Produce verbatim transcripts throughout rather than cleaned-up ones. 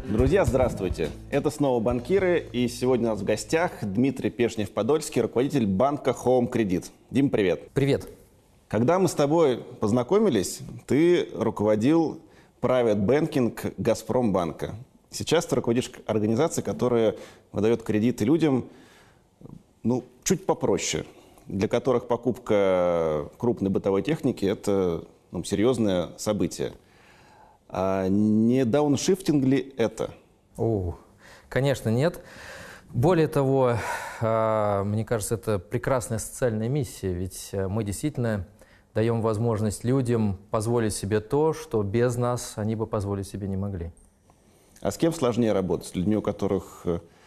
Друзья, здравствуйте! Это снова «Банкиры», и сегодня у нас в гостях Дмитрий Пешнев-Подольский, руководитель банка Home Credit. Дим, привет! Привет! Когда мы с тобой познакомились, ты руководил Private Banking Газпромбанка. Сейчас ты руководишь организацией, которая выдает кредиты людям, ну, чуть попроще, для которых покупка крупной бытовой техники – это ну, серьезное событие. А не дауншифтинг ли это? О, конечно, нет. Более того, мне кажется, это прекрасная социальная миссия, ведь мы действительно даем возможность людям позволить себе то, что без нас они бы позволить себе не могли. А с кем сложнее работать? С людьми, у которых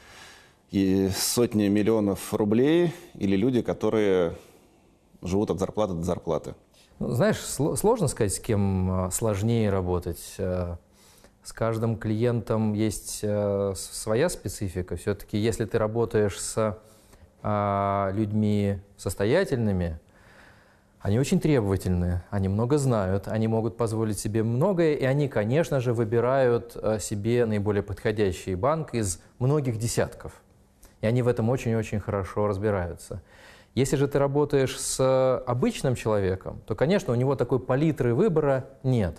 и сотни миллионов рублей, или люди, которые живут от зарплаты до зарплаты? Ну, знаешь, сложно сказать, с кем сложнее работать. С каждым клиентом есть своя специфика. Все-таки, если ты работаешь с людьми состоятельными, они очень требовательны, они много знают, они могут позволить себе многое, и они, конечно же, выбирают себе наиболее подходящий банк из многих десятков. И они в этом очень-очень хорошо разбираются. Если же ты работаешь с обычным человеком, то, конечно, у него такой палитры выбора нет.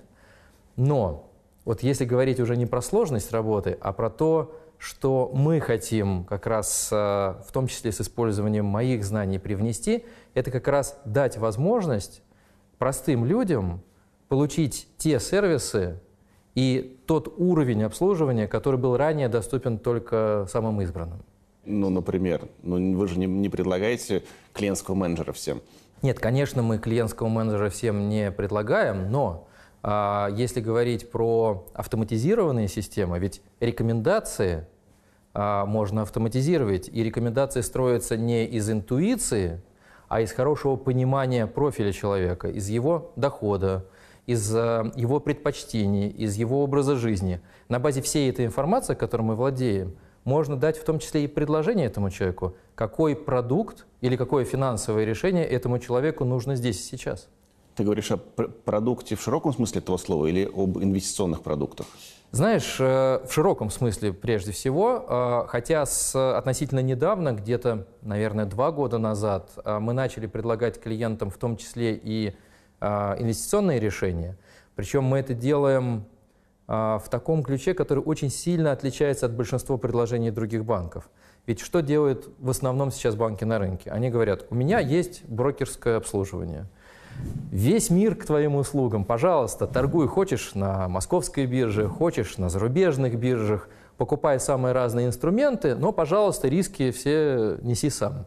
Но вот если говорить уже не про сложность работы, а про то, что мы хотим как раз, в том числе с использованием моих знаний, привнести, это как раз дать возможность простым людям получить те сервисы и тот уровень обслуживания, который был ранее доступен только самым избранным. Ну, например, ну, вы же не, не предлагаете клиентского менеджера всем? Нет, конечно, мы клиентского менеджера всем не предлагаем, но а, если говорить про автоматизированные системы, ведь рекомендации а, можно автоматизировать, и рекомендации строятся не из интуиции, а из хорошего понимания профиля человека, из его дохода, из а, его предпочтений, из его образа жизни. На базе всей этой информации, которой мы владеем, можно дать в том числе и предложение этому человеку, какой продукт или какое финансовое решение этому человеку нужно здесь и сейчас. Ты говоришь о пр- продукте в широком смысле этого слова или об инвестиционных продуктах? Знаешь, в широком смысле прежде всего, хотя с относительно недавно, где-то, наверное, два года назад, мы начали предлагать клиентам в том числе и инвестиционные решения, причем мы это делаем в таком ключе, который очень сильно отличается от большинства предложений других банков. Ведь что делают в основном сейчас банки на рынке? Они говорят, у меня есть брокерское обслуживание. Весь мир к твоим услугам, пожалуйста, торгуй, хочешь на московской бирже, хочешь на зарубежных биржах, покупай самые разные инструменты, но, пожалуйста, риски все неси сам.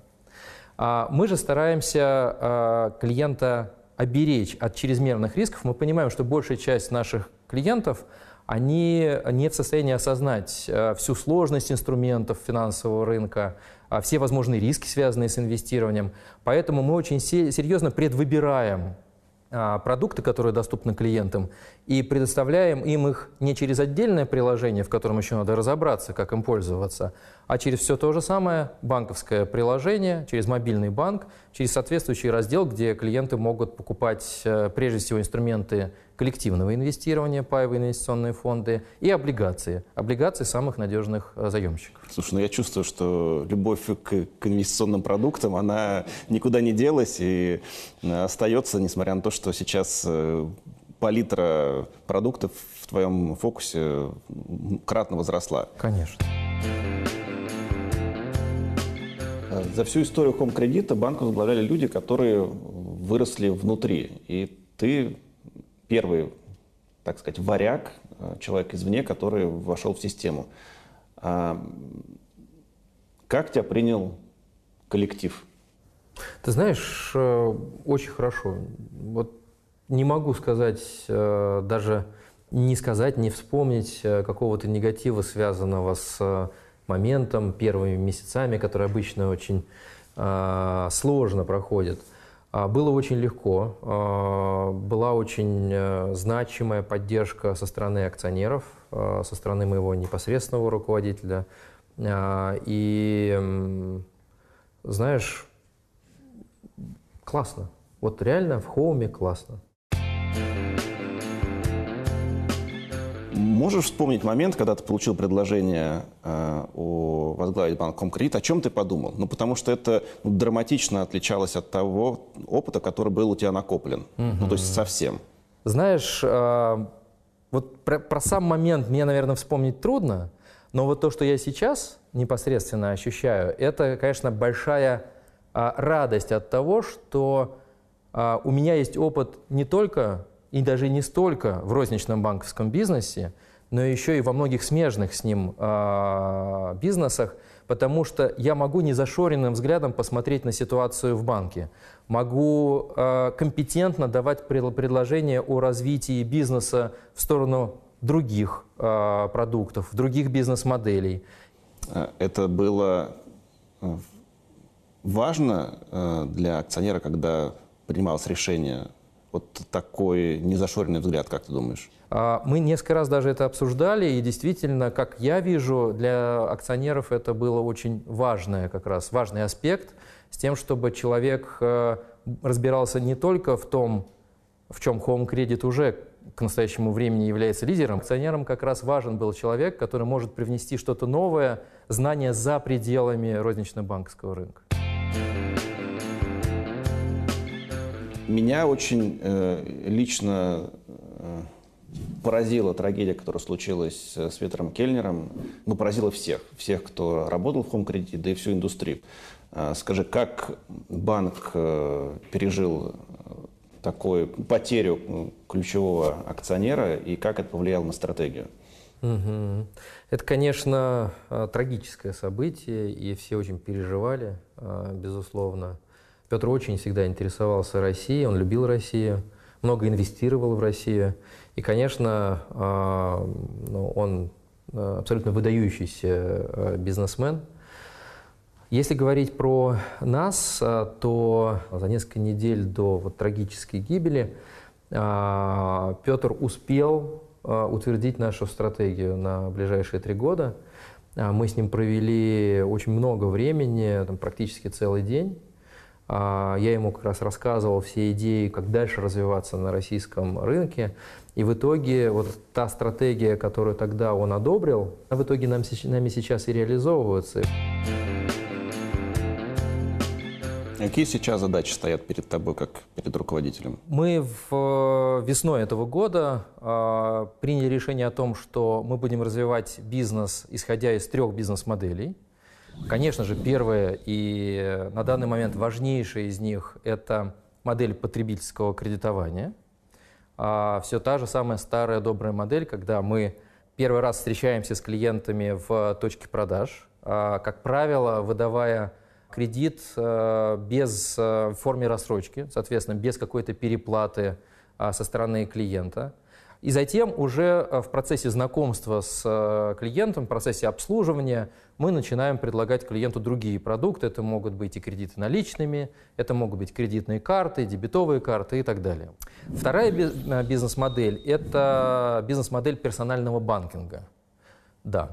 Мы же стараемся клиента оберечь от чрезмерных рисков. Мы понимаем, что большая часть наших клиентов, они не в состоянии осознать всю сложность инструментов финансового рынка, все возможные риски, связанные с инвестированием. Поэтому мы очень серьезно предвыбираем продукты, которые доступны клиентам, и предоставляем им их не через отдельное приложение, в котором еще надо разобраться, как им пользоваться, а через все то же самое банковское приложение, через мобильный банк, через соответствующий раздел, где клиенты могут покупать прежде всего инструменты коллективного инвестирования, паевые инвестиционные фонды и облигации. Облигации самых надежных заемщиков. Слушай, ну я чувствую, что любовь к, к инвестиционным продуктам, она никуда не делась и остается, несмотря на то, что сейчас палитра продуктов в твоем фокусе кратно возросла. Конечно. За всю историю Home Credit банк возглавляли люди, которые выросли внутри. И ты первый, так сказать, варяг, человек извне, который вошел в систему. Как тебя принял коллектив? Ты знаешь, очень хорошо. Вот не могу сказать, даже не сказать, не вспомнить какого-то негатива, связанного с моментом, первыми месяцами, которые обычно очень сложно проходят. Было очень легко, была очень значимая поддержка со стороны акционеров, со стороны моего непосредственного руководителя. И, знаешь, классно. Вот реально в Хоуме классно. Можешь вспомнить момент, когда ты получил предложение э, о возглавить банк Хоум-кредит, о чем ты подумал? Ну, потому что это ну, драматично отличалось от того опыта, который был у тебя накоплен. Mm-hmm. Ну, то есть совсем. Знаешь, э, вот про, про сам момент мне, наверное, вспомнить трудно, но вот то, что я сейчас непосредственно ощущаю, это, конечно, большая э, радость от того, что э, у меня есть опыт не только и даже не столько в розничном банковском бизнесе, но еще и во многих смежных с ним э, бизнесах, потому что я могу незашоренным взглядом посмотреть на ситуацию в банке, могу э, компетентно давать предложения о развитии бизнеса в сторону других э, продуктов, других бизнес-моделей. Это было важно э, для акционера, когда принималось решение? Вот такой незашоренный взгляд, как ты думаешь? Мы несколько раз даже это обсуждали, и действительно, как я вижу, для акционеров это было очень важное, как раз важный аспект, с тем, чтобы человек разбирался не только в том, в чем Хоум-кредит уже к настоящему времени является лидером. Акционерам как раз важен был человек, который может привнести что-то новое, знания за пределами рознично-банковского рынка. Меня очень э, лично э, поразила трагедия, которая случилась с Петром Кельнером. Ну, поразила всех, всех, кто работал в Хоум-кредите, да и всю индустрию. Э, скажи, как банк э, пережил такую потерю ключевого акционера и как это повлияло на стратегию? Угу. Это, конечно, трагическое событие, и все очень переживали, безусловно. Петр очень всегда интересовался Россией, он любил Россию, много инвестировал в Россию. И, конечно, ну, он абсолютно выдающийся бизнесмен. Если говорить про нас, то за несколько недель до вот трагической гибели Петр успел утвердить нашу стратегию на ближайшие три года. Мы с ним провели очень много времени, там, практически целый день. Я ему как раз рассказывал все идеи, как дальше развиваться на российском рынке. И в итоге вот та стратегия, которую тогда он одобрил, в итоге нам, нами сейчас и реализовывается. Какие сейчас задачи стоят перед тобой, как перед руководителем? Мы в, весной этого года э, приняли решение о том, что мы будем развивать бизнес, исходя из трех бизнес-моделей. Конечно же, первая и на данный момент важнейшая из них – это модель потребительского кредитования. А все та же самая старая добрая модель, когда мы первый раз встречаемся с клиентами в точке продаж, а, как правило, выдавая кредит а, без, а, в форме рассрочки, соответственно, без какой-то переплаты а, со стороны клиента. И затем уже в процессе знакомства с клиентом, в процессе обслуживания мы начинаем предлагать клиенту другие продукты. Это могут быть и кредиты наличными, это могут быть кредитные карты, дебетовые карты и так далее. Вторая бизнес-модель – это бизнес-модель персонального банкинга. Да,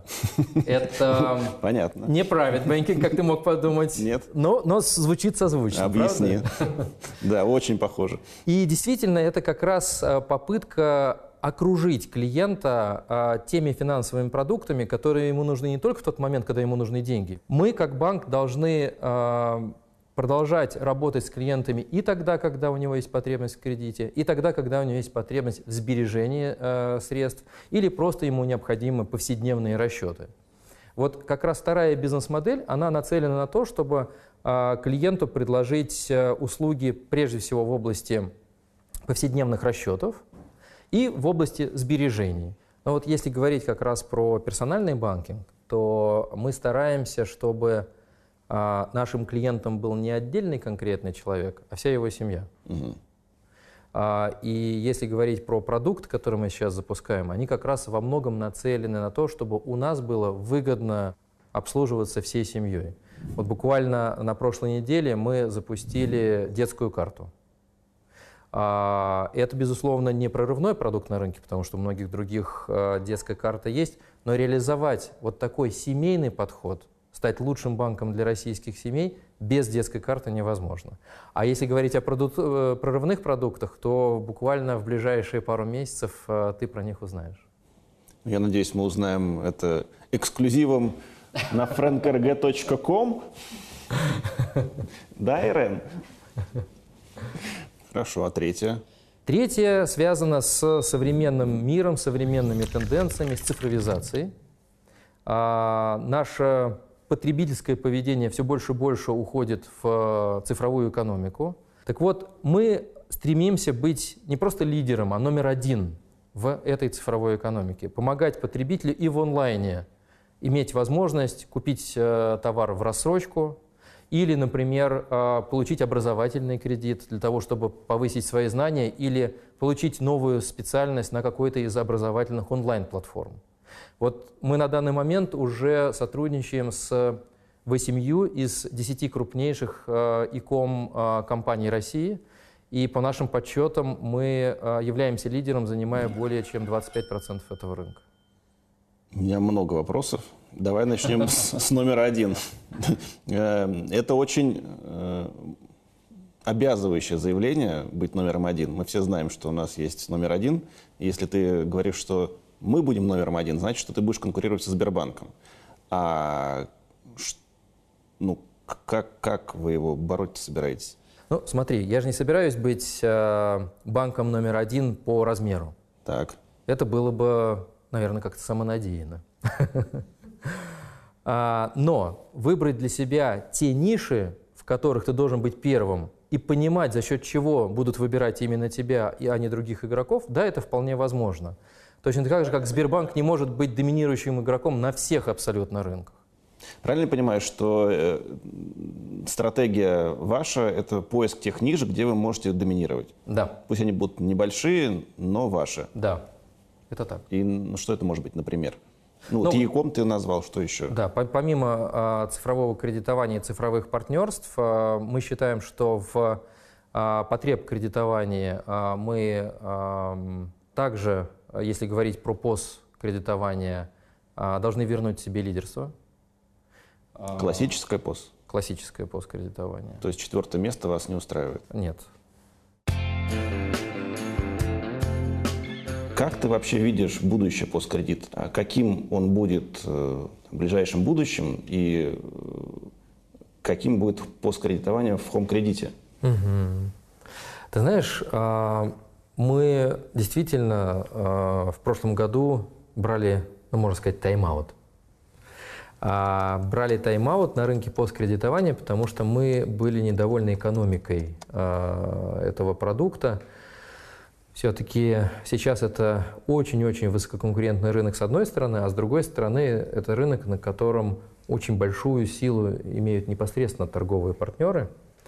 это понятно. Не private banking, как ты мог подумать. Нет. Но, но звучит созвучно. Объясни. Да, очень похоже. И действительно, это как раз попытка окружить клиента а, теми финансовыми продуктами, которые ему нужны не только в тот момент, когда ему нужны деньги. Мы, как банк, должны а, продолжать работать с клиентами и тогда, когда у него есть потребность в кредите, и тогда, когда у него есть потребность в сбережении а, средств, или просто ему необходимы повседневные расчеты. Вот как раз вторая бизнес-модель, она нацелена на то, чтобы а, клиенту предложить а, услуги прежде всего в области повседневных расчетов, и в области сбережений. Но вот если говорить как раз про персональный банкинг, то мы стараемся, чтобы а, нашим клиентом был не отдельный конкретный человек, а вся его семья. Угу. А, и если говорить про продукт, который мы сейчас запускаем, они как раз во многом нацелены на то, чтобы у нас было выгодно обслуживаться всей семьей. Вот буквально на прошлой неделе мы запустили детскую карту. Это, безусловно, не прорывной продукт на рынке, потому что у многих других детская карта есть, но реализовать вот такой семейный подход, стать лучшим банком для российских семей, без детской карты невозможно. А если говорить о проду- прорывных продуктах, то буквально в ближайшие пару месяцев ты про них узнаешь. Я надеюсь, мы узнаем это эксклюзивом на фрэнк эр джи точка ком. Да, Ирен? Хорошо, а третье? Третье связано с современным миром, современными тенденциями, с цифровизацией. А, наше потребительское поведение все больше и больше уходит в цифровую экономику. Так вот, мы стремимся быть не просто лидером, а номер один в этой цифровой экономике. Помогать потребителю и в онлайне иметь возможность купить э, товар в рассрочку или, например, э, получить образовательный кредит для того, чтобы повысить свои знания или получить новую специальность на какой-то из образовательных онлайн-платформ. Вот мы на данный момент уже сотрудничаем с восемью из десяти крупнейших э, и-ком э, компаний России. И по нашим подсчетам мы э, являемся лидером, занимая более чем двадцать пять процентов этого рынка. У меня много вопросов. Давай начнем с, с номера один. Это очень обязывающее заявление быть номером один. Мы все знаем, что у нас есть номер один. Если ты говоришь, что мы будем номером один, значит, что ты будешь конкурировать со Сбербанком. А ну, как, как вы его бороть собираетесь? Ну, смотри, я же не собираюсь быть э, банком номер один по размеру. Так. Это было бы, наверное, как-то самонадеянно. Но выбрать для себя те ниши, в которых ты должен быть первым, и понимать, за счет чего будут выбирать именно тебя, а не других игроков, да, это вполне возможно. Точно так же, как Сбербанк не может быть доминирующим игроком на всех абсолютно рынках. Правильно понимаю, что э, стратегия ваша – это поиск тех ниш, где вы можете доминировать? Да. Пусть они будут небольшие, но ваши. Да, это так. И ну, что это может быть, например? Ну, ну вот e-com ты назвал, что еще? Да, по помимо э, цифрового кредитования и цифровых партнерств, э, мы считаем, что в э, потреб кредитования э, мы э, также, если говорить про пост-кредитование, э, должны вернуть себе лидерство. Классическое пост? Классическое посткредитование. То есть четвертое место вас не устраивает? Нет. Как ты вообще видишь будущее посткредита? Каким он будет в ближайшем будущем и каким будет посткредитование в хоум-кредите? Угу. Ты знаешь, мы действительно в прошлом году брали, ну, можно сказать, тайм-аут. Брали тайм-аут на рынке посткредитования, потому что мы были недовольны экономикой этого продукта. Все-таки сейчас это очень-очень высококонкурентный рынок с одной стороны, а с другой стороны это рынок, на котором очень большую силу имеют непосредственно торговые партнеры.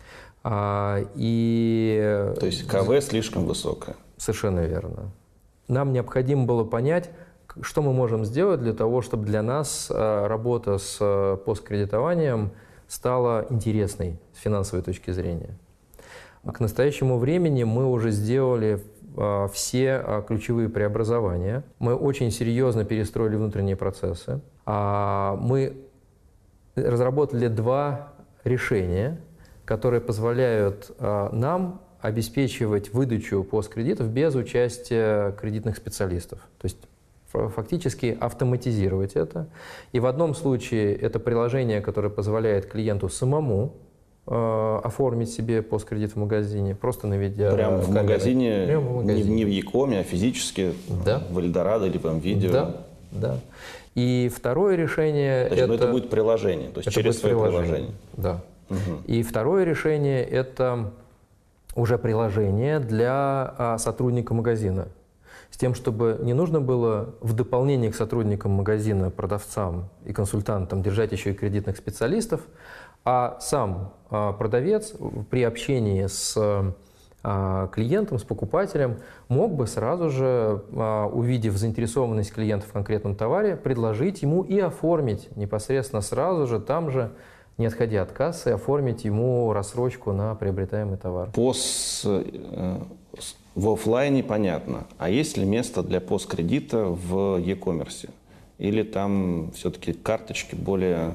И... То есть КВ слишком высокое. Совершенно верно. Нам необходимо было понять, что мы можем сделать для того, чтобы для нас работа с посткредитованием стала интересной с финансовой точки зрения. К настоящему времени мы уже сделали все ключевые преобразования. Мы очень серьезно перестроили внутренние процессы. Мы разработали два решения, которые позволяют нам обеспечивать выдачу посткредитов без участия кредитных специалистов. То есть фактически автоматизировать это. И в одном случае это приложение, которое позволяет клиенту самому э, оформить себе посткредит в магазине, просто наведя Прямо в магазине, Прямо в магазине. Не, не в e-com, а физически, да. в Эльдорадо или в МВидео. Да, да. И второе решение… Значит, это, это будет приложение, то есть через свое приложение. приложение. Да. Угу. И второе решение – это уже приложение для а, сотрудника магазина. С тем, чтобы не нужно было в дополнение к сотрудникам магазина, продавцам и консультантам держать еще и кредитных специалистов, а сам а, продавец при общении с а, клиентом, с покупателем мог бы сразу же, а, увидев заинтересованность клиента в конкретном товаре, предложить ему и оформить непосредственно сразу же, там же, не отходя от кассы, оформить ему рассрочку на приобретаемый товар. Пос... В офлайне понятно. А есть ли место для посткредита в e-commerce? Или там все-таки карточки более,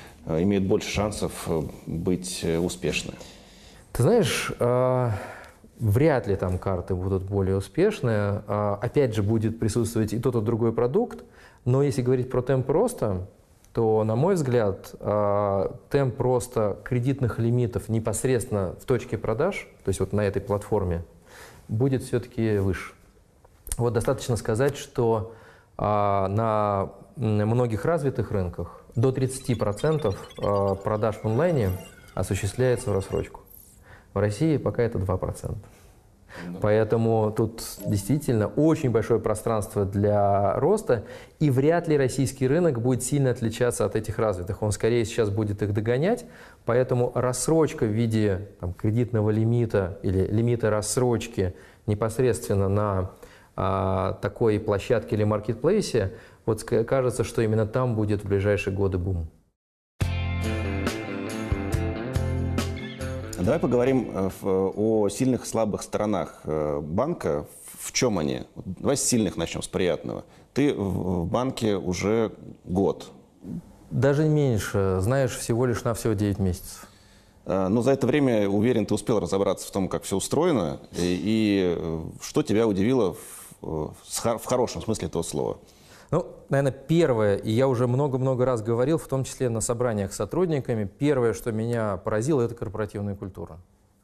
имеют больше шансов быть успешны? Ты знаешь, Вряд ли там карты будут более успешные. Опять же, будет присутствовать и тот, и другой продукт. Но если говорить про темп роста, то, на мой взгляд, темп роста кредитных лимитов непосредственно в точке продаж, то есть вот на этой платформе, будет все-таки выше. Вот достаточно сказать, что на многих развитых рынках до тридцати процентов продаж в онлайне осуществляется в рассрочку. В России пока это два процента. Да. Поэтому тут действительно очень большое пространство для роста, и вряд ли российский рынок будет сильно отличаться от этих развитых. Он скорее сейчас будет их догонять, поэтому рассрочка в виде там, кредитного лимита или лимита рассрочки непосредственно на а, такой площадке или маркетплейсе, вот кажется, что именно там будет в ближайшие годы бум. Давай поговорим о сильных и слабых сторонах банка. В чем они? Давай с сильных начнем, с приятного. Ты в банке уже год. Даже меньше. Знаешь, всего лишь навсего девять месяцев. Но за это время, уверен, ты успел разобраться в том, как все устроено, и, и что тебя удивило в, в хорошем смысле этого слова. Ну, наверное, первое, и я уже много-много раз говорил, в том числе на собраниях с сотрудниками, первое, что меня поразило, это корпоративная культура.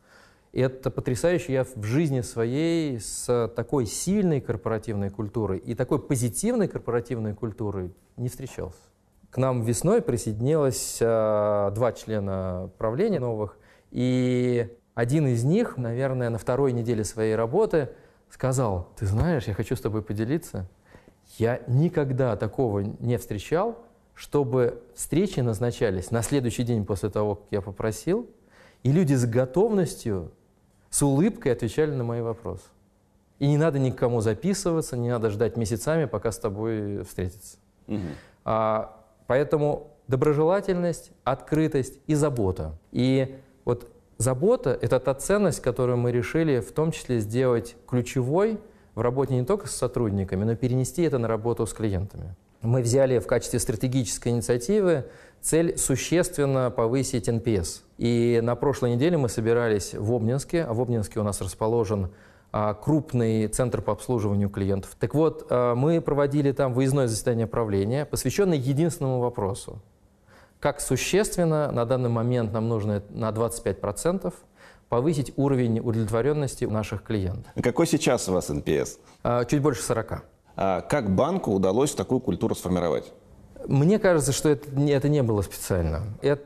Это потрясающе. Я в жизни своей с такой сильной корпоративной культурой и такой позитивной корпоративной культурой не встречался. К нам весной присоединилось а, два члена правления новых, и один из них, наверное, на второй неделе своей работы сказал: «Ты знаешь, я хочу с тобой поделиться. Я никогда такого не встречал, чтобы встречи назначались на следующий день после того, как я попросил, и люди с готовностью, с улыбкой отвечали на мои вопросы. И не надо никому записываться, не надо ждать месяцами, пока с тобой встретиться». Угу. А, поэтому доброжелательность, открытость и забота. И вот забота – это та ценность, которую мы решили в том числе сделать ключевой в работе не только с сотрудниками, но перенести это на работу с клиентами. Мы взяли в качестве стратегической инициативы цель существенно повысить эн пи эс. И на прошлой неделе мы собирались в Обнинске, а в Обнинске у нас расположен а, крупный центр по обслуживанию клиентов. Так вот, а, мы проводили там выездное заседание правления, посвященное единственному вопросу. Как существенно на данный момент нам нужно на двадцать пять процентов повысить уровень удовлетворенности наших клиентов. Какой сейчас у вас эн пи эс? А, чуть больше сорока. А как банку удалось такую культуру сформировать? Мне кажется, что это, это не было специально.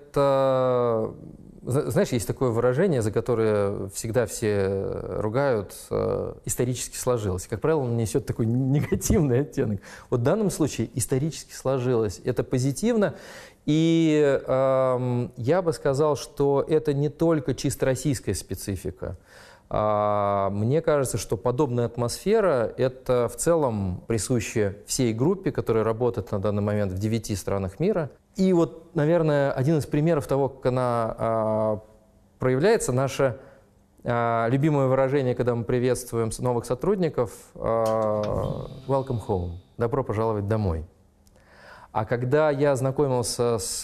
Это, знаешь, есть такое выражение, за которое всегда все ругают, исторически сложилось. Как правило, он несет такой негативный оттенок. Вот в данном случае исторически сложилось. Это позитивно. И э, я бы сказал, что это не только чисто российская специфика. А, мне кажется, что подобная атмосфера – это в целом присуща всей группе, которая работает на данный момент в девяти странах мира. И вот, наверное, один из примеров того, как она а, проявляется, наше а, любимое выражение, когда мы приветствуем новых сотрудников а, – «welcome home» – «добро пожаловать домой». А когда я знакомился с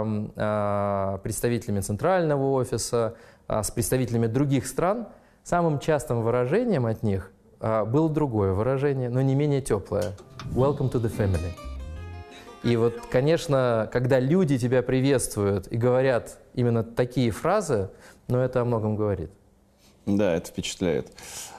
э, представителями центрального офиса, э, с представителями других стран, самым частым выражением от них э, было другое выражение, но не менее теплое – «welcome to the family». И вот, конечно, когда люди тебя приветствуют и говорят именно такие фразы, ну, это о многом говорит. Да, это впечатляет.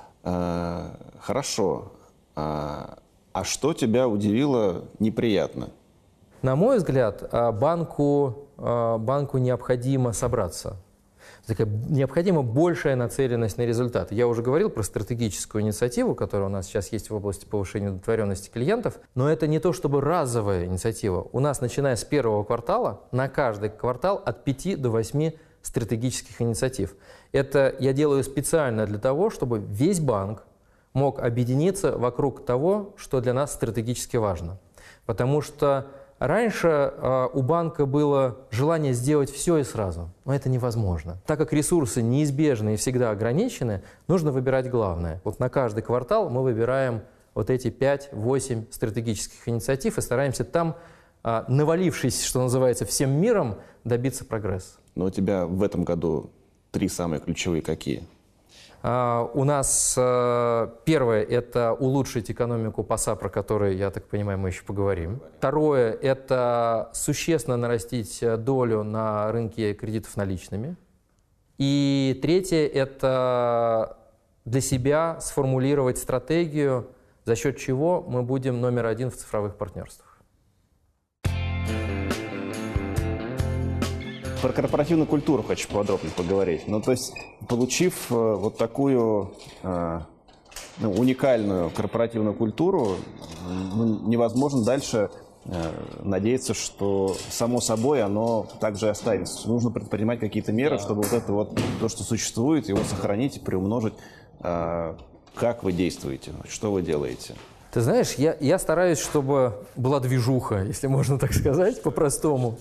А, хорошо. А, а что тебя удивило неприятно? На мой взгляд, банку, банку необходимо собраться. Такая необходима большая нацеленность на результат. Я уже говорил про стратегическую инициативу, которая у нас сейчас есть в области повышения удовлетворенности клиентов, но это не то чтобы разовая инициатива. У нас, начиная с первого квартала, на каждый квартал от пяти до восьми стратегических инициатив. Это я делаю специально для того, чтобы весь банк мог объединиться вокруг того, что для нас стратегически важно. Потому что раньше э, у банка было желание сделать все и сразу, но это невозможно. Так как ресурсы неизбежны и всегда ограничены, нужно выбирать главное. Вот на каждый квартал мы выбираем вот эти пять-восемь стратегических инициатив и стараемся там, э, навалившись, что называется, всем миром, добиться прогресса. Но у тебя в этом году три самые ключевые какие? У нас первое – это улучшить экономику ПАСА, про которую, я так понимаю, мы еще поговорим. Второе – это существенно нарастить долю на рынке кредитов наличными. И третье – это для себя сформулировать стратегию, за счет чего мы будем номер один в цифровых партнерствах. Про корпоративную культуру хочу подробнее поговорить. Ну, то есть, получив э, вот такую э, ну, уникальную корпоративную культуру, ну, невозможно дальше э, надеяться, что само собой оно также останется. Нужно предпринимать какие-то меры, чтобы вот это вот, то, что существует, его сохранить и приумножить. Э, как вы действуете? Что вы делаете? Ты знаешь, я, я стараюсь, чтобы была движуха, если можно так сказать, по-простому.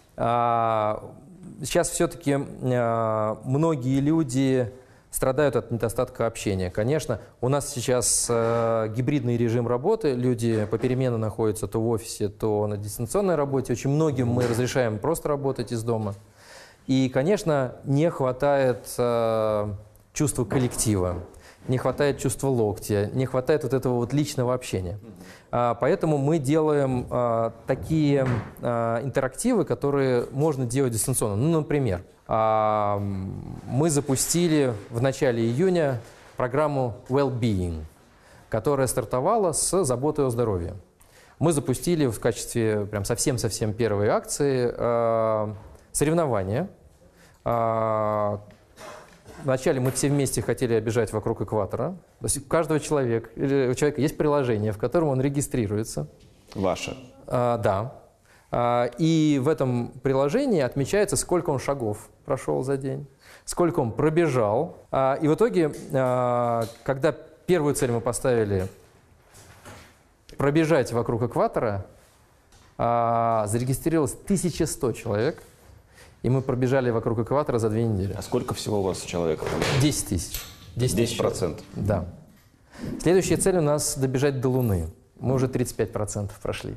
Сейчас все-таки многие люди страдают от недостатка общения. Конечно, у нас сейчас гибридный режим работы, люди попеременно находятся то в офисе, то на дистанционной работе. Очень многим мы разрешаем просто работать из дома. И, конечно, не хватает чувства коллектива. Не хватает чувства локтя, не хватает вот этого вот личного общения. А, поэтому мы делаем а, такие а, интерактивы, которые можно делать дистанционно. Ну, например, а, мы запустили в начале июня программу Well-being, которая стартовала с заботой о здоровье. Мы запустили в качестве прям совсем-совсем первой акции а, соревнования. А, Вначале мы все вместе хотели обижать вокруг экватора. То есть у каждого человека, у человека есть приложение, в котором он регистрируется. Ваше? А, да. А, и в этом приложении отмечается, сколько он шагов прошел за день, сколько он пробежал. А, и в итоге, а, когда первую цель мы поставили пробежать вокруг экватора, а, зарегистрировалось тысяча сто человек. И мы пробежали вокруг экватора за две недели. А сколько всего у вас человек? десять тысяч. десять процентов? Да. Следующая цель у нас добежать до Луны. Мы уже тридцать пять процентов прошли.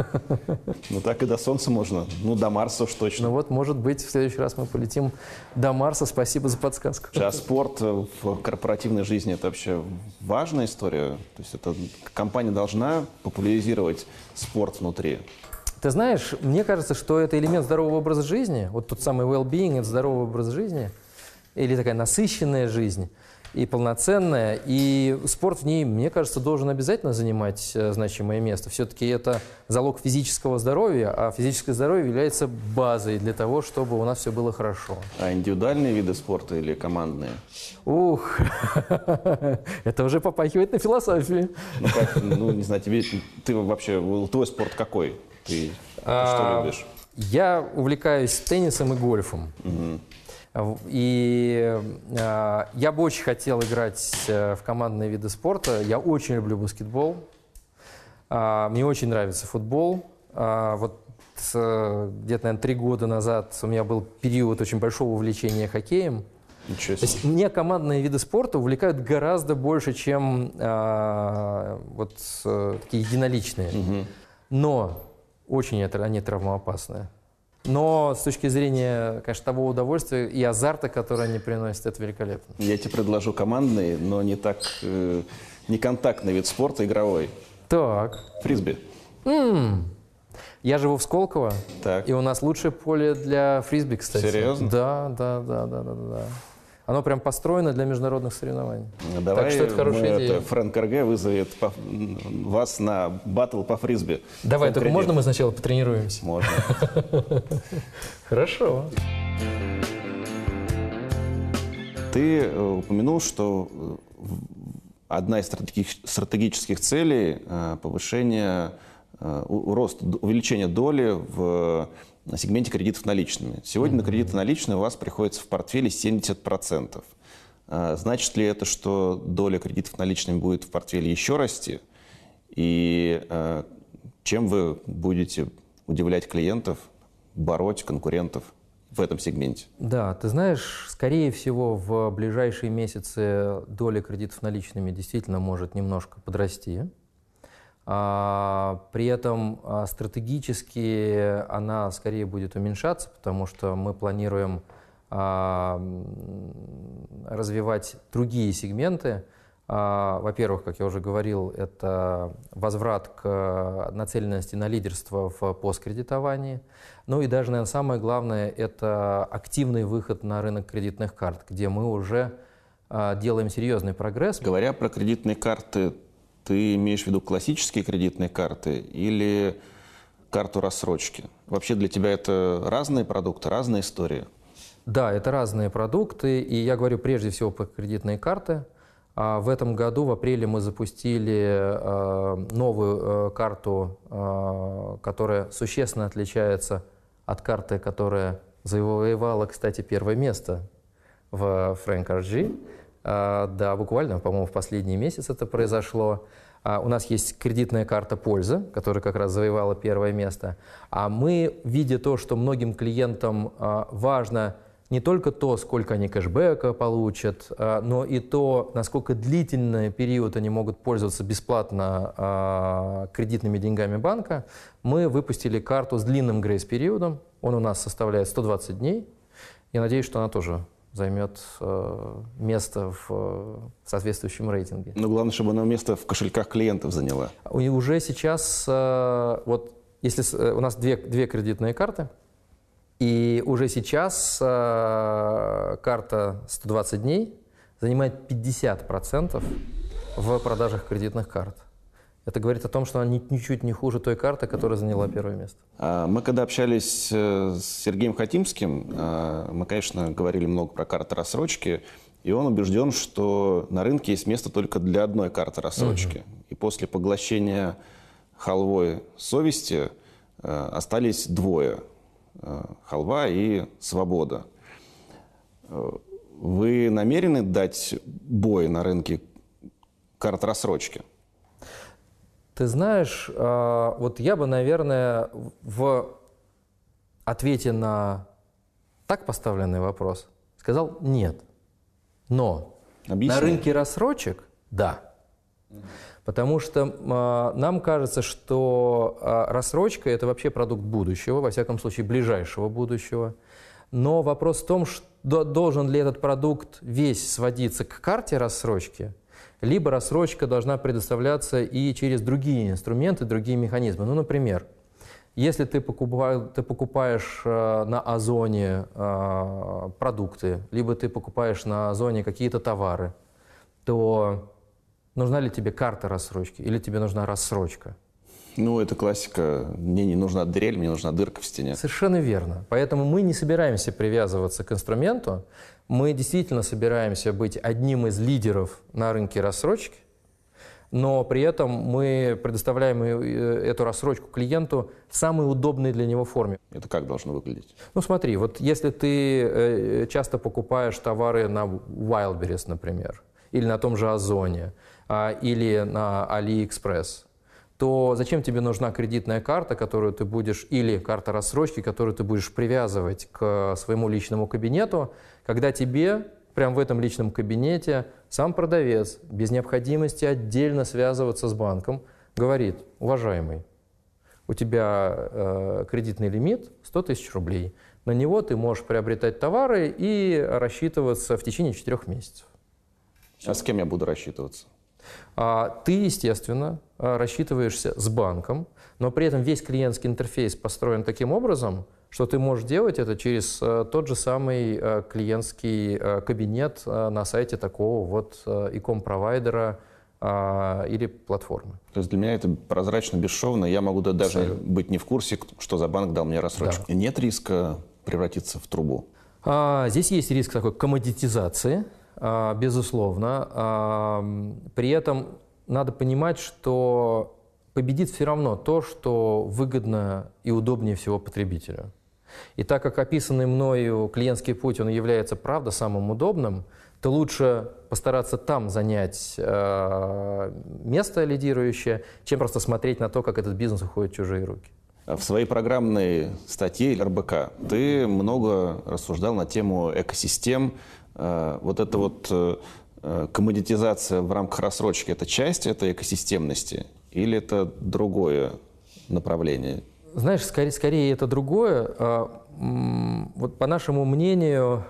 Ну так и до Солнца можно. Ну до Марса уж точно. Ну вот, может быть, в следующий раз мы полетим до Марса. Спасибо за подсказку. А спорт в корпоративной жизни – это вообще важная история? То есть это компания должна популяризировать спорт внутри? Ты знаешь, мне кажется, что это элемент здорового образа жизни. Вот тот самый well-being – это здоровый образ жизни. Или такая насыщенная жизнь и полноценная. И спорт в ней, мне кажется, должен обязательно занимать значимое место. Все-таки это залог физического здоровья, а физическое здоровье является базой для того, чтобы у нас все было хорошо. А индивидуальные виды спорта или командные? Ух, это уже попахивает на философии. Ну, как, ну не знаю, тебе, ты вообще, твой спорт какой? Ты а, что любишь? Я увлекаюсь теннисом и гольфом. Угу. И а, я бы очень хотел играть в командные виды спорта. Я очень люблю баскетбол. А, мне очень нравится футбол. А, вот где-то, наверное, три года назад у меня был период очень большого увлечения хоккеем. Ничего себе. То есть мне командные виды спорта увлекают гораздо больше, чем а, вот такие единоличные. Угу. Но очень они травмоопасные. Но с точки зрения, конечно, того удовольствия и азарта, который они приносят, это великолепно. Я тебе предложу командный, но не так, э, не контактный вид спорта, игровой. Так. Фрисби. М-м. Я живу в Сколково, так. И у нас лучшее поле для фрисби, кстати. Серьезно? Да, да, да, да, да, да. Оно прям построено для международных соревнований. Давай так что это хорошая мы, идея. Это, Фрэнк эр гэ вызовет по, вас на баттл по фрисби. Давай, только можно мы сначала потренируемся? Можно. Хорошо. Ты упомянул, что одна из стратегических целей – повышение, рост, увеличение доли в на сегменте кредитов наличными. Сегодня mm-hmm. на кредиты наличные у вас приходится в портфеле семьдесят процентов. Значит ли это, что доля кредитов наличными будет в портфеле еще расти? И чем вы будете удивлять клиентов, бороть конкурентов в этом сегменте? Да, ты знаешь, скорее всего, в ближайшие месяцы доля кредитов наличными действительно может немножко подрасти. При этом стратегически она скорее будет уменьшаться, потому что мы планируем развивать другие сегменты. Во-первых, как я уже говорил, это возврат к нацеленности на лидерство в посткредитовании. Ну и даже, наверное, самое главное, это активный выход на рынок кредитных карт, где мы уже делаем серьезный прогресс. Говоря про кредитные карты, ты имеешь в виду классические кредитные карты или карту рассрочки? Вообще для тебя это разные продукты, разные истории? Да, это разные продукты, и я говорю прежде всего про кредитные карты. В этом году, в апреле, мы запустили новую карту, которая существенно отличается от карты, которая завоевала, кстати, первое место в Frank ар джи. Да, буквально, по-моему, в последний месяц это произошло. У нас есть кредитная карта «Польза», которая как раз завоевала первое место. А мы, видя то, что многим клиентам важно не только то, сколько они кэшбэка получат, но и то, насколько длительный период они могут пользоваться бесплатно кредитными деньгами банка, мы выпустили карту с длинным грейс-периодом. Он у нас составляет сто двадцать дней. Я надеюсь, что она тоже займет место в соответствующем рейтинге. Но главное, чтобы она место в кошельках клиентов заняла. И уже сейчас, вот если у нас две, две кредитные карты, и уже сейчас э, карта сто двадцать дней занимает пятьдесят процентов в продажах кредитных карт. Это говорит о том, что она ничуть не хуже той карты, которая заняла первое место. Мы когда общались с Сергеем Хатимским, мы, конечно, говорили много про карты рассрочки, и он убежден, что на рынке есть место только для одной карты рассрочки. Угу. И после поглощения халвой совести остались двое. Халва и свобода. Вы намерены дать бой на рынке карт рассрочки? Ты знаешь, вот я бы, наверное, в ответе на так поставленный вопрос сказал нет. Но Объясни. На рынке рассрочек – да. Потому что э, нам кажется, что э, рассрочка – это вообще продукт будущего, во всяком случае ближайшего будущего. Но вопрос в том, что должен ли этот продукт весь сводиться к карте рассрочки, либо рассрочка должна предоставляться и через другие инструменты, другие механизмы. Ну, например, если ты покупаешь, ты покупаешь э, на Озоне э, продукты, либо ты покупаешь на Озоне какие-то товары, то нужна ли тебе карта рассрочки или тебе нужна рассрочка? Ну, это классика. Мне не нужна дрель, мне нужна дырка в стене. Совершенно верно. Поэтому мы не собираемся привязываться к инструменту. Мы действительно собираемся быть одним из лидеров на рынке рассрочки, но при этом мы предоставляем эту рассрочку клиенту в самой удобной для него форме. Это как должно выглядеть? Ну, смотри, вот если ты часто покупаешь товары на Wildberries, например, или на том же Озоне, или на AliExpress, то зачем тебе нужна кредитная карта, которую ты будешь, или карта рассрочки, которую ты будешь привязывать к своему личному кабинету, когда тебе прямо в этом личном кабинете сам продавец, без необходимости отдельно связываться с банком, говорит: уважаемый, у тебя э, кредитный лимит сто тысяч рублей, на него ты можешь приобретать товары и рассчитываться в течение четырех месяцев. А с кем я буду рассчитываться? Ты, естественно, рассчитываешься с банком, но при этом весь клиентский интерфейс построен таким образом, что ты можешь делать это через тот же самый клиентский кабинет на сайте такого вот e-com-провайдера или платформы. То есть для меня это прозрачно, бесшовно, я могу даже Абсолютно. быть не в курсе, что за банк дал мне рассрочку. Да. Нет риска превратиться в трубу? Здесь есть риск такой коммодитизации. Безусловно. При этом надо понимать, что победит все равно то, что выгодно и удобнее всего потребителю. И так как описанный мною клиентский путь, он является, правда, самым удобным, то лучше постараться там занять место лидирующее, чем просто смотреть на то, как этот бизнес уходит в чужие руки. В своей программной статье эр бэ ка ты много рассуждал на тему экосистем. Вот эта вот коммодитизация в рамках рассрочки – это часть этой экосистемности или это другое направление? Знаешь, скорее, скорее это другое. Вот по нашему мнению,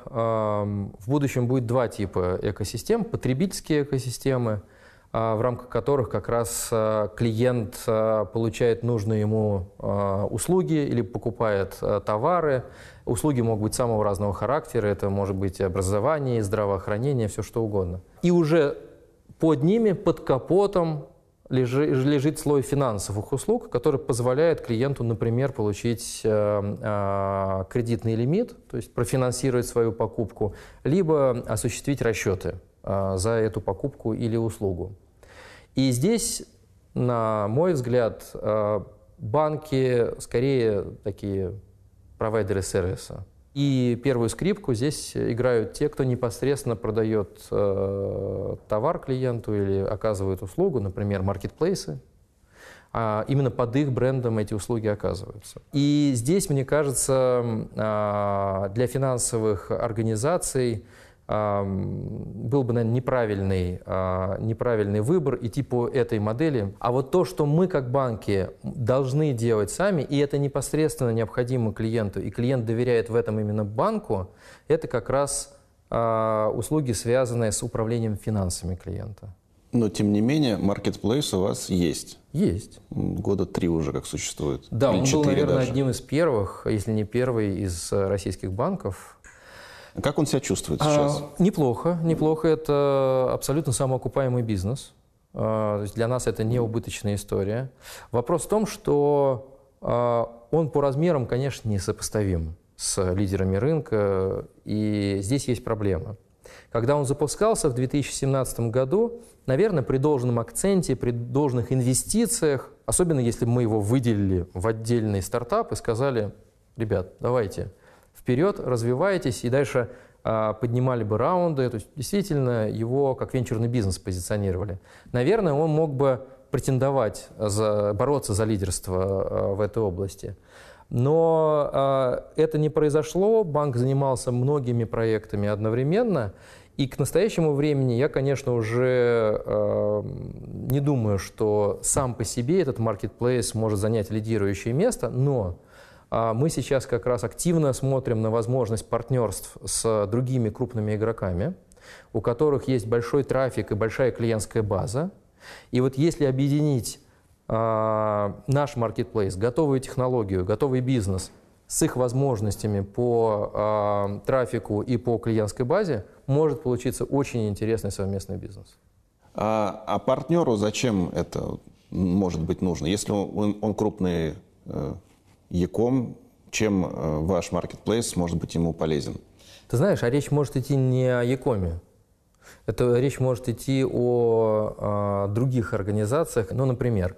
в будущем будет два типа экосистем. Потребительские экосистемы, в рамках которых как раз клиент получает нужные ему услуги или покупает товары. Услуги могут быть самого разного характера. Это может быть образование, здравоохранение, все что угодно. И уже под ними, под капотом, лежит слой финансовых услуг, который позволяет клиенту, например, получить э, э, кредитный лимит, то есть профинансировать свою покупку, либо осуществить расчеты э, за эту покупку или услугу. И здесь, на мой взгляд, э, банки скорее такие провайдеры сервиса. И первую скрипку здесь играют те, кто непосредственно продает э, товар клиенту или оказывает услугу, например, маркетплейсы. А именно под их брендом эти услуги оказываются. И здесь, мне кажется, э, для финансовых организаций э, был бы, наверное, неправильный, э, неправильный выбор идти по этой модели. А вот то, что мы как банки должны делать сами, и это непосредственно необходимо клиенту, и клиент доверяет в этом именно банку, это как раз э, услуги, связанные с управлением финансами клиента. Но, тем не менее, маркетплейс у вас есть. Есть. Года три уже как существует. Да, Или он был, наверное, даже. одним из первых, если не первый, из российских банков. Как он себя чувствует сейчас? А, неплохо, неплохо. Это абсолютно самоокупаемый бизнес. А, то есть для нас это не убыточная история. Вопрос в том, что а, он по размерам, конечно, несопоставим с лидерами рынка, и здесь есть проблема. Когда он запускался в две тысячи семнадцатом году, наверное, при должном акценте, при должных инвестициях, особенно если бы мы его выделили в отдельный стартап и сказали: ребят, давайте вперед, развивайтесь, и дальше а, поднимали бы раунды, то есть действительно его как венчурный бизнес позиционировали. Наверное, он мог бы претендовать, за, бороться за лидерство а, в этой области. Но а, это не произошло, банк занимался многими проектами одновременно, и к настоящему времени я, конечно, уже э, не думаю, что сам по себе этот маркетплейс может занять лидирующее место, но э, мы сейчас как раз активно смотрим на возможность партнерств с другими крупными игроками, у которых есть большой трафик и большая клиентская база. И вот если объединить э, наш маркетплейс, готовую технологию, готовый бизнес с их возможностями по э, трафику и по клиентской базе, может получиться очень интересный совместный бизнес. А, а партнеру зачем это может быть нужно? Если он, он крупный э, e-com, чем э, ваш маркетплейс может быть ему полезен? Ты знаешь, а речь может идти не о e-com. Это речь может идти о, о других организациях. Ну, например,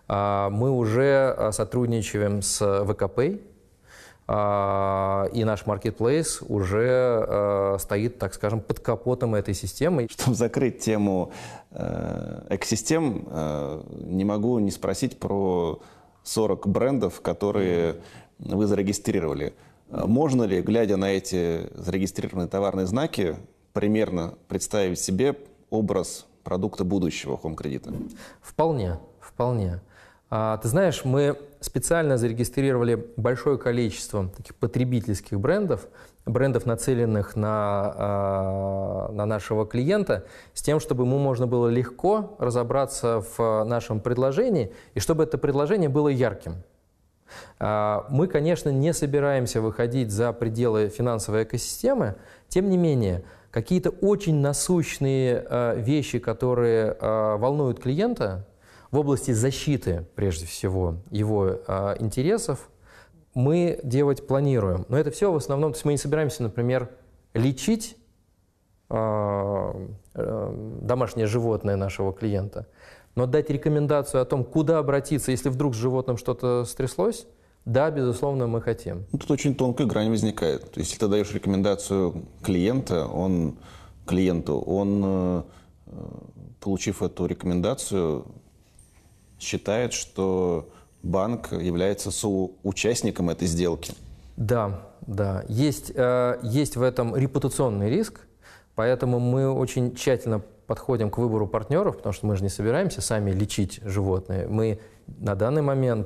мы уже сотрудничаем с ВКПэй, и наш маркетплейс уже стоит, так скажем, под капотом этой системы. Чтобы закрыть тему экосистем, не могу не спросить про сорок брендов, которые вы зарегистрировали. Можно ли, глядя на эти зарегистрированные товарные знаки, примерно представить себе образ продукта будущего хоум-кредита? Вполне, вполне. А, ты знаешь, мы специально зарегистрировали большое количество таких потребительских брендов, брендов, нацеленных на, на нашего клиента, с тем, чтобы ему можно было легко разобраться в нашем предложении и чтобы это предложение было ярким. Мы, конечно, не собираемся выходить за пределы финансовой экосистемы, тем не менее, какие-то очень насущные вещи, которые волнуют клиента, в области защиты, прежде всего, его э, интересов, мы делать планируем. Но это все в основном, то есть мы не собираемся, например, лечить э, э, домашнее животное нашего клиента, но дать рекомендацию о том, куда обратиться, если вдруг с животным что-то стряслось, да, безусловно, мы хотим. Тут очень тонкая грань возникает. То есть, если ты даешь рекомендацию клиента, он, клиенту, он, э, получив эту рекомендацию, считает, что банк является соучастником этой сделки. Да, да. Есть, э, есть в этом репутационный риск, поэтому мы очень тщательно подходим к выбору партнеров, потому что мы же не собираемся сами лечить животные. Мы на данный момент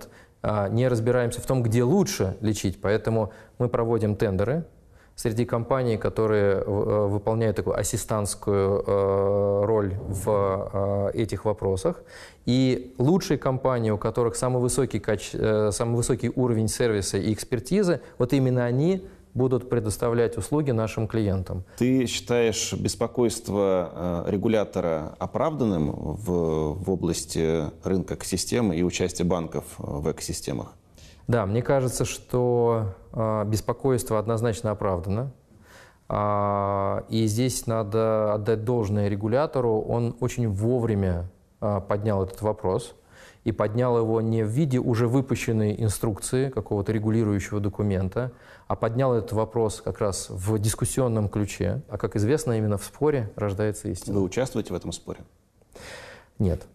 не разбираемся в том, где лучше лечить. Поэтому мы проводим тендеры среди компаний, которые выполняют такую ассистентскую роль в этих вопросах. И лучшие компании, у которых самый высокий, каче... самый высокий уровень сервиса и экспертизы, вот именно они будут предоставлять услуги нашим клиентам. Ты считаешь беспокойство регулятора оправданным в, в области рынка экосистемы и участия банков в экосистемах? Да, мне кажется, что э, беспокойство однозначно оправдано. Э, и здесь надо отдать должное регулятору. Он очень вовремя э, поднял этот вопрос. И поднял его не в виде уже выпущенной инструкции, какого-то регулирующего документа, а поднял этот вопрос как раз в дискуссионном ключе. А как известно, именно в споре рождается истина. Вы участвуете в этом споре? Нет.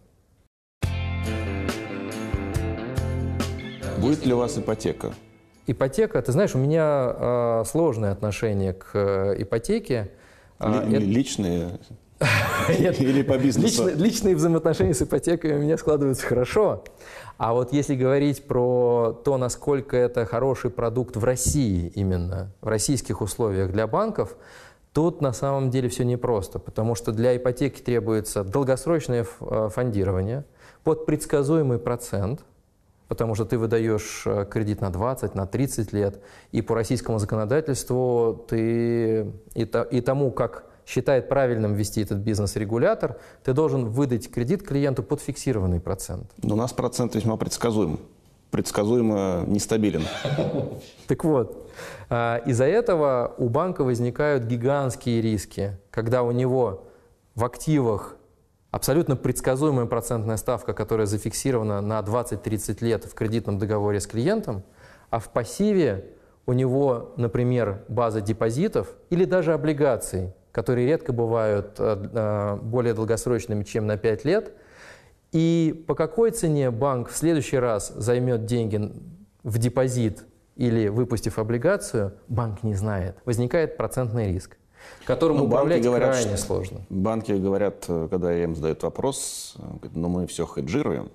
Будет ли у вас ипотека? Ипотека, ты знаешь, у меня э, сложное отношение к э, ипотеке. Ли, Это... Личные или по бизнесу? Личные, личные взаимоотношения с ипотекой у меня складываются хорошо. А вот если говорить про то, насколько это хороший продукт в России именно, в российских условиях для банков, тут на самом деле все непросто, потому что для ипотеки требуется долгосрочное фондирование под предсказуемый процент, потому что ты выдаешь кредит на двадцать, на тридцать лет, и по российскому законодательству ты и, то, и тому, как считает правильным вести этот бизнес-регулятор, ты должен выдать кредит клиенту под фиксированный процент. Но у нас процент весьма предсказуем. Предсказуемо нестабилен. Так вот, из-за этого у банка возникают гигантские риски, когда у него в активах абсолютно предсказуемая процентная ставка, которая зафиксирована на двадцать-тридцать лет в кредитном договоре с клиентом, а в пассиве у него, например, база депозитов или даже облигаций, которые редко бывают более долгосрочными, чем на пять лет. И по какой цене банк в следующий раз займет деньги в депозит или выпустив облигацию, банк не знает. Возникает процентный риск, которым ну, управлять говорят, крайне сложно. Банки говорят, когда им задают вопрос, ну мы все хеджируем.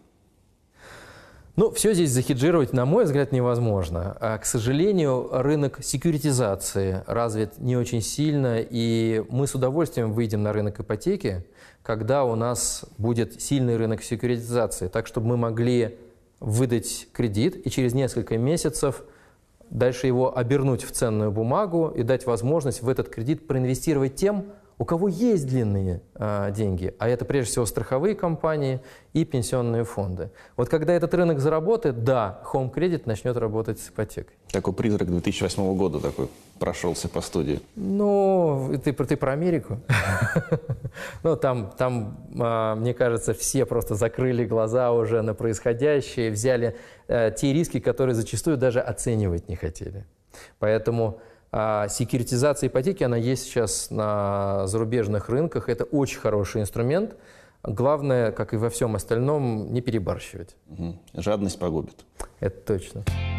Ну, все здесь захеджировать, на мой взгляд, невозможно. А, к сожалению, рынок секьюритизации развит не очень сильно, и мы с удовольствием выйдем на рынок ипотеки, когда у нас будет сильный рынок секьюритизации, так, чтобы мы могли выдать кредит и через несколько месяцев дальше его обернуть в ценную бумагу и дать возможность в этот кредит проинвестировать тем, у кого есть длинные а, деньги, а это прежде всего страховые компании и пенсионные фонды. Вот когда этот рынок заработает, да, Home Credit начнет работать с ипотекой. Такой призрак две тысячи восьмого года такой прошелся по студии. Ну, ты, ты про Америку? Ну, там, там, мне кажется, все просто закрыли глаза уже на происходящее, взяли те риски, которые зачастую даже оценивать не хотели. Поэтому секьюритизация ипотеки, она есть сейчас на зарубежных рынках. Это очень хороший инструмент. Главное, как и во всем остальном, не перебарщивать. Угу. Жадность погубит. Это точно.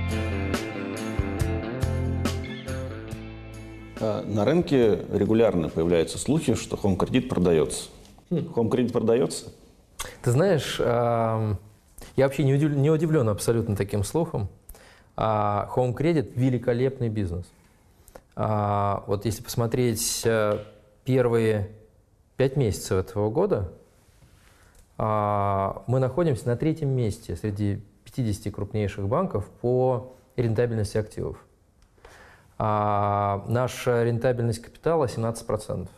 На рынке регулярно появляются слухи, что Home Credit продается. Home Credit продается? Ты знаешь, я вообще не удивлен, не удивлен абсолютно таким слухом. Home Credit – великолепный бизнес. А, вот если посмотреть а, первые пять месяцев этого года, а, мы находимся на третьем месте среди пятидесяти крупнейших банков по рентабельности активов. А, наша рентабельность капитала семнадцать процентов.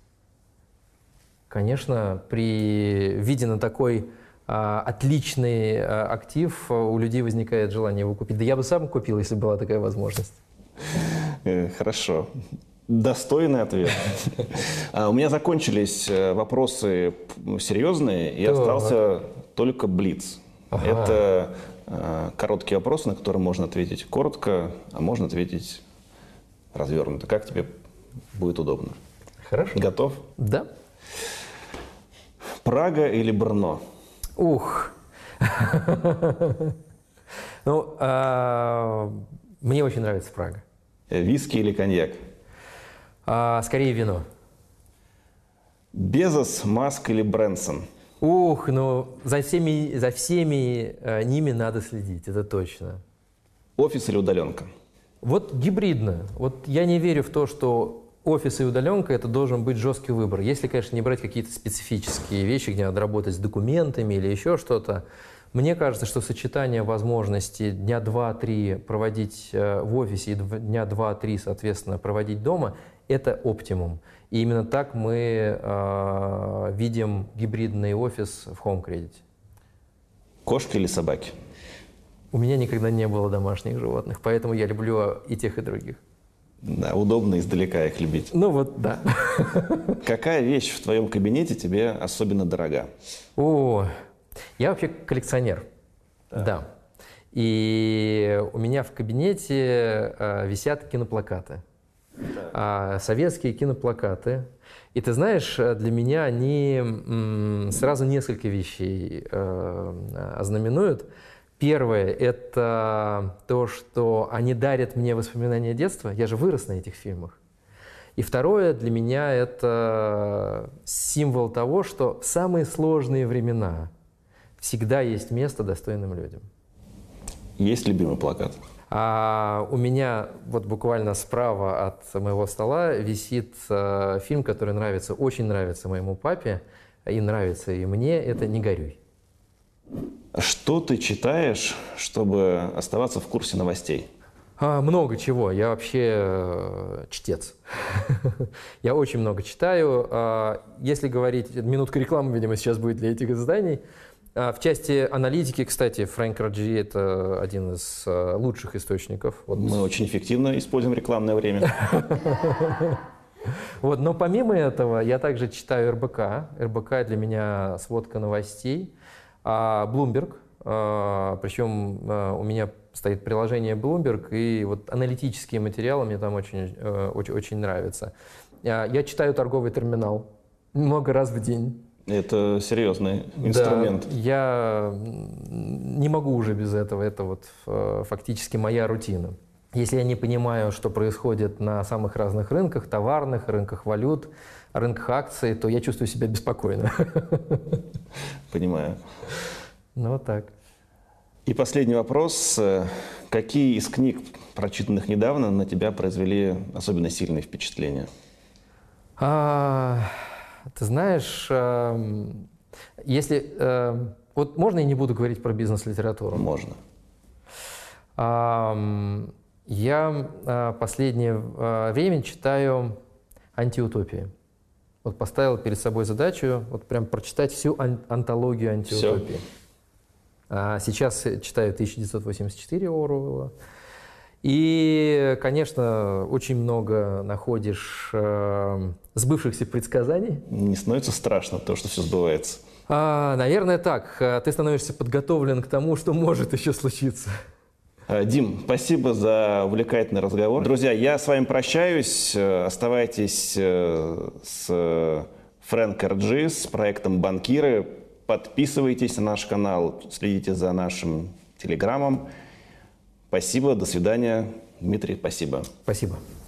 Конечно, при виде на такой а, отличный а, актив у людей возникает желание его купить. Да я бы сам купил, если была такая возможность. Хорошо. Достойный ответ. У меня закончились вопросы серьезные, и остался только блиц. Это короткий вопрос, на который можно ответить коротко, а можно ответить развернуто. Как тебе будет удобно? Хорошо. Готов? Да. Прага или Брно? Ух. Ну, мне очень нравится Прага. Виски или коньяк? А, скорее вино. Безос, Маск или Брэнсон? Ух, ну за всеми, за всеми э, ними надо следить, это точно. Офис или удаленка? Вот гибридно. Вот я не верю в то, что офис и удаленка – это должен быть жесткий выбор. Если, конечно, не брать какие-то специфические вещи, где надо работать с документами или еще что-то. Мне кажется, что сочетание возможностей дня два-три проводить в офисе и дня два-три, соответственно, проводить дома – это оптимум. И именно так мы э, видим гибридный офис в Home Credit. Кошки или собаки? У меня никогда не было домашних животных, поэтому я люблю и тех, и других. Да, удобно издалека их любить. Ну вот, да. Какая вещь в твоем кабинете тебе особенно дорога? О, я вообще коллекционер. Так. Да. И у меня в кабинете э, висят киноплакаты. А, советские киноплакаты. И ты знаешь, для меня они м, сразу несколько вещей э, ознаменуют. Первое – это то, что они дарят мне воспоминания детства. Я же вырос на этих фильмах. И второе для меня – это символ того, что в самые сложные времена всегда есть место достойным людям. Есть любимый плакат? А у меня вот буквально справа от моего стола висит э, фильм, который нравится, очень нравится моему папе и нравится и мне. Это «Не горюй». Что ты читаешь, чтобы оставаться в курсе новостей? А, много чего. Я вообще э, чтец. Я очень много читаю. А, если говорить, минутка рекламы, видимо, сейчас будет для этих изданий. А, в части аналитики, кстати, Фрэнк Раджи – это один из а, лучших источников. Вот. Мы очень эффективно используем рекламное время. Вот, но помимо этого я также читаю эр бэ ка. эр бэ ка для меня сводка новостей. А Bloomberg, а, причем а, у меня стоит приложение Bloomberg, и вот аналитические материалы мне там очень, очень, очень нравятся. Я читаю торговый терминал много раз в день. Это серьезный инструмент. Да, я не могу уже без этого. Это вот фактически моя рутина. Если я не понимаю, что происходит на самых разных рынках, товарных, рынках валют, рынках акций, то я чувствую себя беспокойно. Понимаю. Ну вот так. И последний вопрос. Какие из книг, прочитанных недавно, на тебя произвели особенно сильные впечатления? А, ты знаешь, если... Вот можно я не буду говорить про бизнес-литературу? Можно. А, я последнее время читаю антиутопии. Вот поставил перед собой задачу вот прям прочитать всю ан- антологию антиутопии. А сейчас читаю тысяча девятьсот восемьдесят четыре Оруэлла. И, конечно, очень много находишь э, сбывшихся предсказаний. Не становится страшно то, что все сбывается? А, наверное, так. Ты становишься подготовлен к тому, что может еще случиться. Дим, спасибо за увлекательный разговор. Друзья, я с вами прощаюсь. Оставайтесь с Фрэнк Раджи, с проектом «Банкиры». Подписывайтесь на наш канал, следите за нашим телеграммом. Спасибо, до свидания. Дмитрий, спасибо. Спасибо.